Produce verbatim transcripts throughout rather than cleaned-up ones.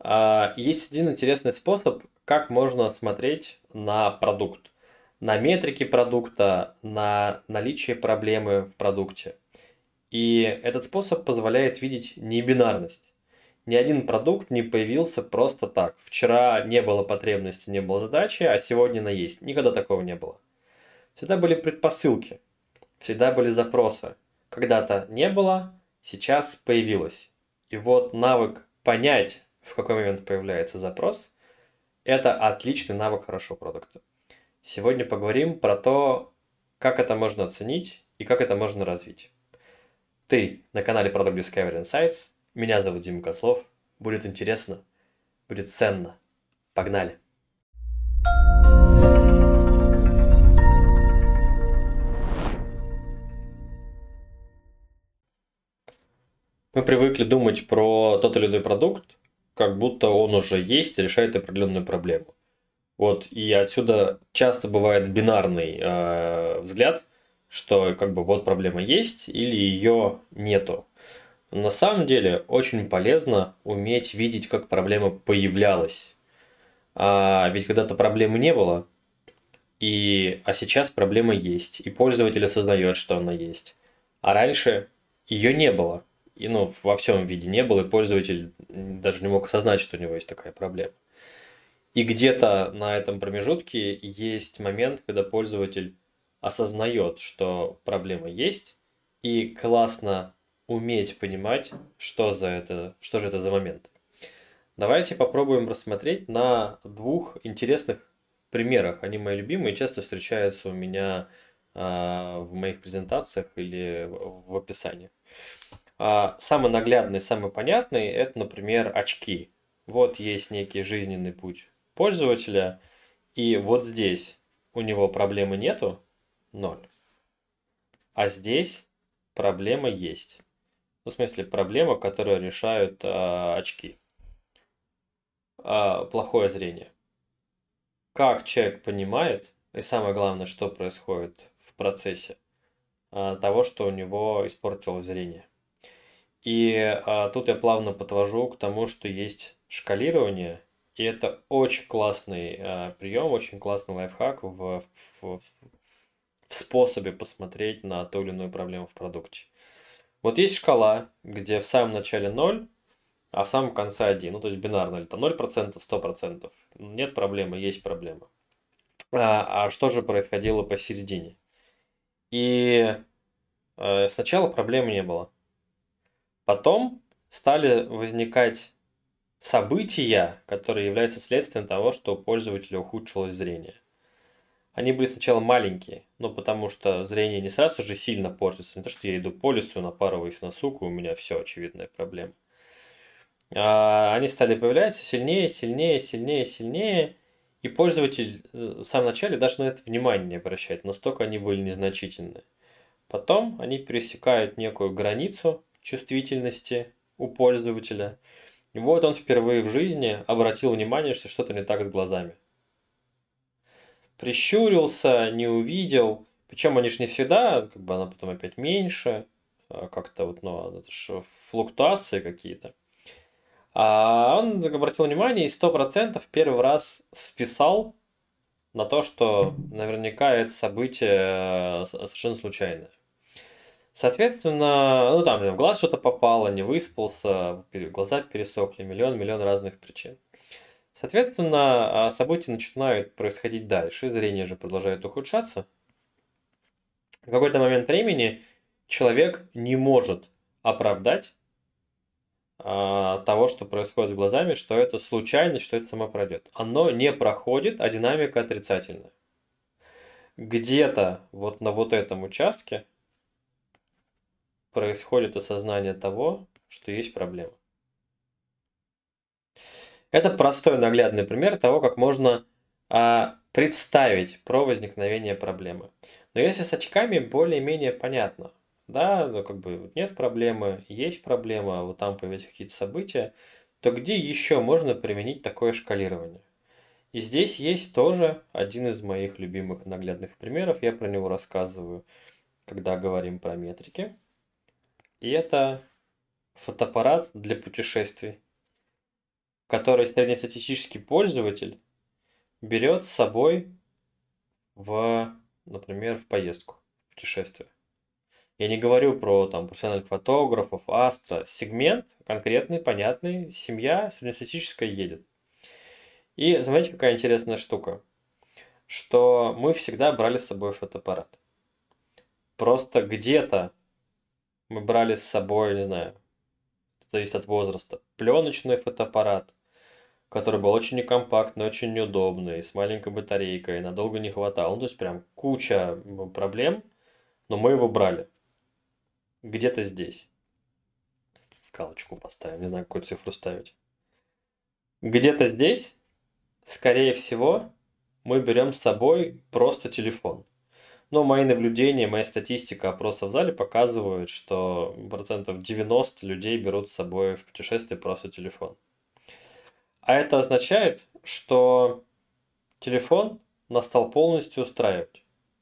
А, Есть один интересный способ, как можно смотреть на продукт, на метрики продукта, на наличие проблемы в продукте. И этот способ позволяет видеть небинарность. Ни один продукт не появился просто так. Вчера не было потребности, не было задачи, а сегодня она есть. Никогда такого не было. Всегда были предпосылки, всегда были запросы. Когда-то не было, сейчас появилось. И вот навык понять, в какой момент появляется запрос, это отличный навык хорошего продукта. Сегодня поговорим про то, как это можно оценить и как это можно развить. Ты на канале Product Discovery Insights. Меня зовут Дима Кослов. Будет интересно, будет ценно. Погнали! Мы привыкли думать про тот или иной продукт, как будто он уже есть и решает определенную проблему. Вот, и отсюда часто бывает бинарный э, взгляд, что как бы вот проблема есть или ее нету. Но на самом деле очень полезно уметь видеть, как проблема появлялась. А ведь когда-то проблемы не было, и, а сейчас проблема есть, и пользователь осознает, что она есть. А раньше ее не было. И ну, во всем виде не было, и пользователь даже не мог осознать, что у него есть такая проблема. И где-то на этом промежутке есть момент, когда пользователь осознает, что проблема есть, и классно уметь понимать, что, за это, что же это за момент. Давайте попробуем рассмотреть на двух интересных примерах. Они мои любимые, часто встречаются у меня а, в моих презентациях или в, в описании. А, самый наглядный, самый понятный – это, например, очки. Вот есть некий жизненный путь пользователя, и вот здесь у него проблемы нету, ноль. А здесь проблема есть. Ну, в смысле, проблема, которую решают а, очки. А, плохое зрение. Как человек понимает, и самое главное, что происходит в процессе а, того, что у него испортилось зрение. И а, тут я плавно подвожу к тому, что есть шкалирование, и это очень классный а, прием, очень классный лайфхак в, в, в способе посмотреть на ту или иную проблему в продукте. Вот есть шкала, где в самом начале ноль, а в самом конце один, ну то есть бинарно, или там ноль процентов, сто процентов. Нет проблемы, есть проблема. А, а что же происходило посередине? И э, сначала проблемы не было. Потом стали возникать события, которые являются следствием того, что у пользователя ухудшилось зрение. Они были сначала маленькие, ну потому что зрение не сразу же сильно портится. Не то, что я иду по лесу, напарываюсь на суку, у меня все очевидная проблема. А они стали появляться сильнее, сильнее, сильнее, сильнее. И пользователь э, в самом начале даже на это внимание не обращает. Настолько они были незначительны. Потом они пересекают некую границу чувствительности у пользователя. И вот он впервые в жизни обратил внимание, что что-то не так с глазами. Прищурился, не увидел. Причем они же не всегда, как бы она потом опять меньше. а Как-то вот, ну, это ж флуктуации какие-то. А он обратил внимание и сто процентов первый раз списал на то, что наверняка это событие э, совершенно случайное. Соответственно, ну там в глаз что-то попало, не выспался, глаза пересохли, миллион-миллион разных причин. Соответственно, а, события начинают происходить дальше, зрение же продолжает ухудшаться. В какой-то момент времени человек не может оправдать а, того, что происходит с глазами, что это случайность, что это само пройдет. Оно не проходит, а динамика отрицательная. Где-то вот на вот этом участке происходит осознание того, что есть проблема. Это простой наглядный пример того, как можно а, представить про возникновение проблемы. Но если с очками более-менее понятно, да, ну как бы нет проблемы, есть проблема, вот там появились какие-то события, то где еще можно применить такое шкалирование? И здесь есть тоже один из моих любимых наглядных примеров, я про него рассказываю, когда говорим про метрики. И это фотоаппарат для путешествий. который среднестатистический пользователь берет с собой в, например, в поездку, в путешествие. Я не говорю про там профессиональных фотографов, астро. Сегмент конкретный, понятный. Семья среднестатистическая едет. И знаете, какая интересная штука? Что мы всегда брали с собой фотоаппарат. Просто где-то мы брали с собой, не знаю, зависит от возраста, пленочный фотоаппарат, который был очень некомпактный, очень неудобный, с маленькой батарейкой, надолго не хватало. Ну, то есть прям куча проблем, но мы его брали. Где-то здесь. Галочку поставим, не знаю, какую цифру ставить. Где-то здесь, скорее всего, мы берем с собой просто телефон. Но мои наблюдения, моя статистика опроса в зале показывают, что процентов девяносто людей берут с собой в путешествие просто телефон. А это означает, что телефон нас стал полностью устраивать.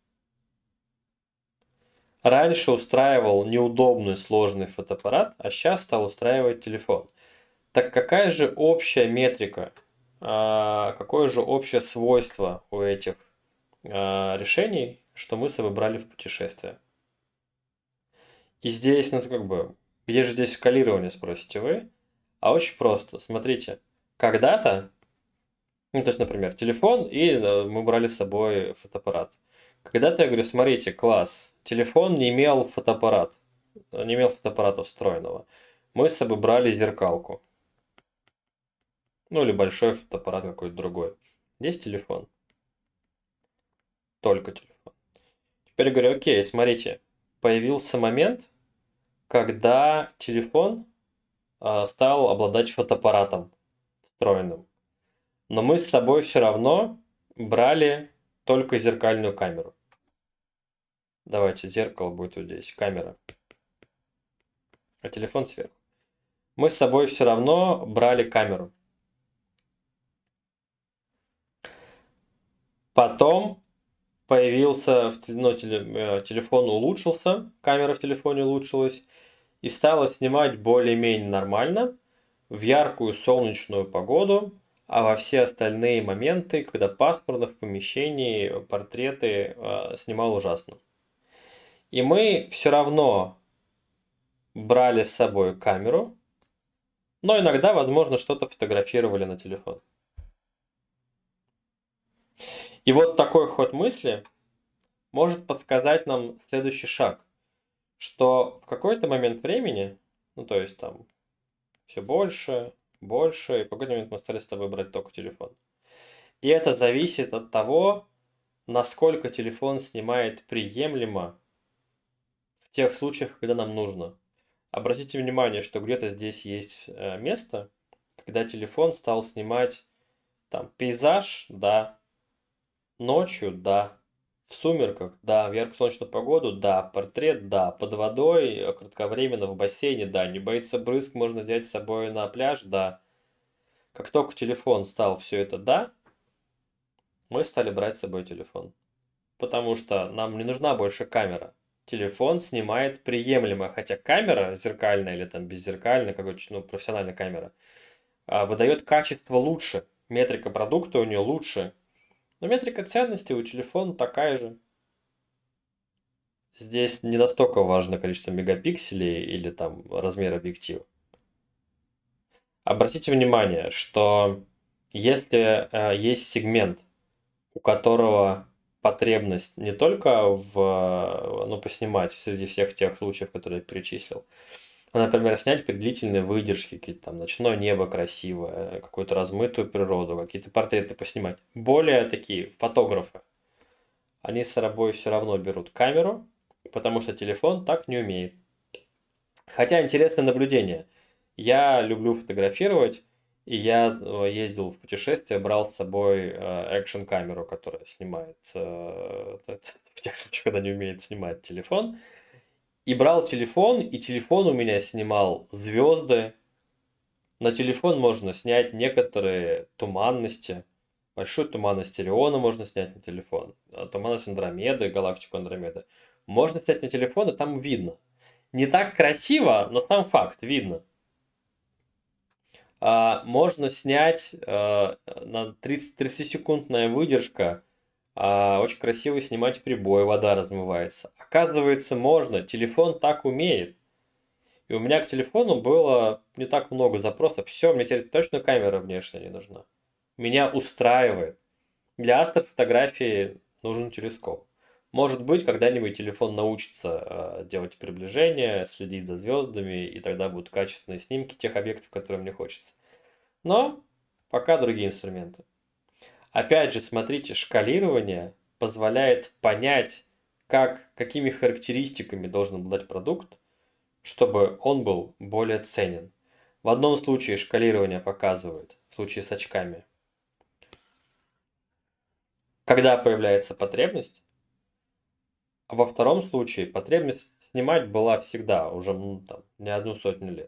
Раньше устраивал неудобный сложный фотоаппарат, а сейчас стал устраивать телефон. Так какая же общая метрика, какое же общее свойство у этих решений, что мы с собой брали в путешествие? И здесь, ну как бы, где же здесь скалирование, спросите вы? А очень просто. Смотрите, когда-то, ну то есть, например, телефон, и мы брали с собой фотоаппарат. Когда-то я говорю, смотрите, класс, телефон не имел фотоаппарат, не имел фотоаппарата встроенного. Мы с собой брали зеркалку. Ну или большой фотоаппарат какой-то другой. Здесь телефон. Только телефон. Теперь говорю, окей, смотрите, появился момент, когда телефон э, стал обладать фотоаппаратом встроенным. Но мы с собой все равно брали только зеркальную камеру. Давайте, зеркало будет вот здесь, камера. А телефон сверху. Мы с собой все равно брали камеру. Потом появился, ну, телефон улучшился, камера в телефоне улучшилась, и стала снимать более-менее нормально, в яркую солнечную погоду, а во все остальные моменты, когда пасмурно в помещении, портреты э, снимал ужасно. И мы все равно брали с собой камеру, но иногда, возможно, что-то фотографировали на телефон. И вот такой ход мысли может подсказать нам следующий шаг, что в какой-то момент времени, ну то есть там все больше, больше, и в какой-то момент мы стали с тобой брать только телефон. И это зависит от того, насколько телефон снимает приемлемо в тех случаях, когда нам нужно. Обратите внимание, что где-то здесь есть место, когда телефон стал снимать там пейзаж, да, ночью, да, в сумерках, да, в яркую солнечную погоду, да, портрет, да, под водой, кратковременно в бассейне, да, не боится брызг, можно взять с собой на пляж, да. Как только телефон стал все это да, мы стали брать с собой телефон. Потому что нам не нужна больше камера. Телефон снимает приемлемо, хотя камера зеркальная или там беззеркальная, какой-то, ну, профессиональная камера, выдает качество лучше, метрика продукта у нее лучше. Но метрика ценности у телефона такая же. Здесь не настолько важно количество мегапикселей или там размер объектива. Обратите внимание, что если э, есть сегмент, у которого потребность не только в, ну, поснимать среди всех тех случаев, которые я перечислил, а, например, снять длительные выдержки, какие-то там ночное небо красивое, какую-то размытую природу, какие-то портреты поснимать. Более такие фотографы, они с собой все равно берут камеру, потому что телефон так не умеет. Хотя интересное наблюдение. Я люблю фотографировать, и я ездил в путешествие, брал с собой экшн-камеру, которая снимает, в тех случаях, когда не умеет снимать телефон. И брал телефон, и телефон у меня снимал звезды. На телефон можно снять некоторые туманности. Большую туманность Ориона можно снять на телефон. Туманность Андромеды, галактику Андромеды. Можно снять на телефон, и там видно. Не так красиво, но сам факт видно. А, можно снять а, на тридцать-тридцатисекундная выдержка. А, очень красиво снимать прибой, вода размывается. Оказывается, можно. Телефон так умеет. И у меня к телефону было не так много запросов. Все, мне теперь точно камера внешняя не нужна. Меня устраивает. Для астрофотографии нужен телескоп. Может быть, когда-нибудь телефон научится э, делать приближение, следить за звездами, и тогда будут качественные снимки тех объектов, которые мне хочется. Но пока другие инструменты. Опять же, смотрите, шкалирование позволяет понять, как, какими характеристиками должен обладать продукт, чтобы он был более ценен. В одном случае шкалирование показывает, в случае с очками, когда появляется потребность, а во втором случае потребность снимать была всегда, уже ну, там, не одну сотню лет.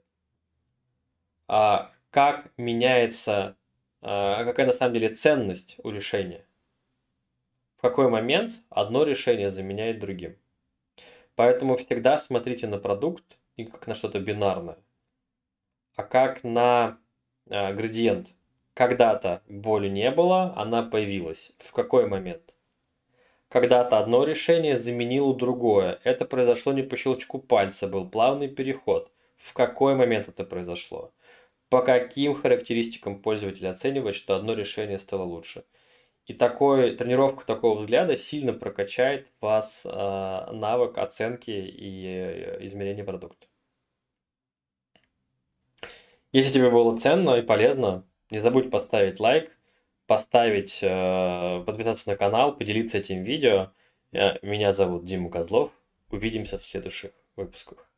А как меняется, а, какая на самом деле ценность у решения? В какой момент одно решение заменяет другим? Поэтому всегда смотрите на продукт не как на что-то бинарное, а как на а, градиент. Когда-то боли не было, она появилась. В какой момент? Когда-то одно решение заменило другое. Это произошло не по щелчку пальца, был плавный переход. В какой момент это произошло? По каким характеристикам пользователь оценивает, что одно решение стало лучше? И такой, тренировка такого взгляда сильно прокачает вас э, навык оценки и э, измерения продукта. Если тебе было ценно и полезно, не забудь поставить лайк, поставить, э, подписаться на канал, поделиться этим видео. Э, Меня зовут Дима Козлов. Увидимся в следующих выпусках.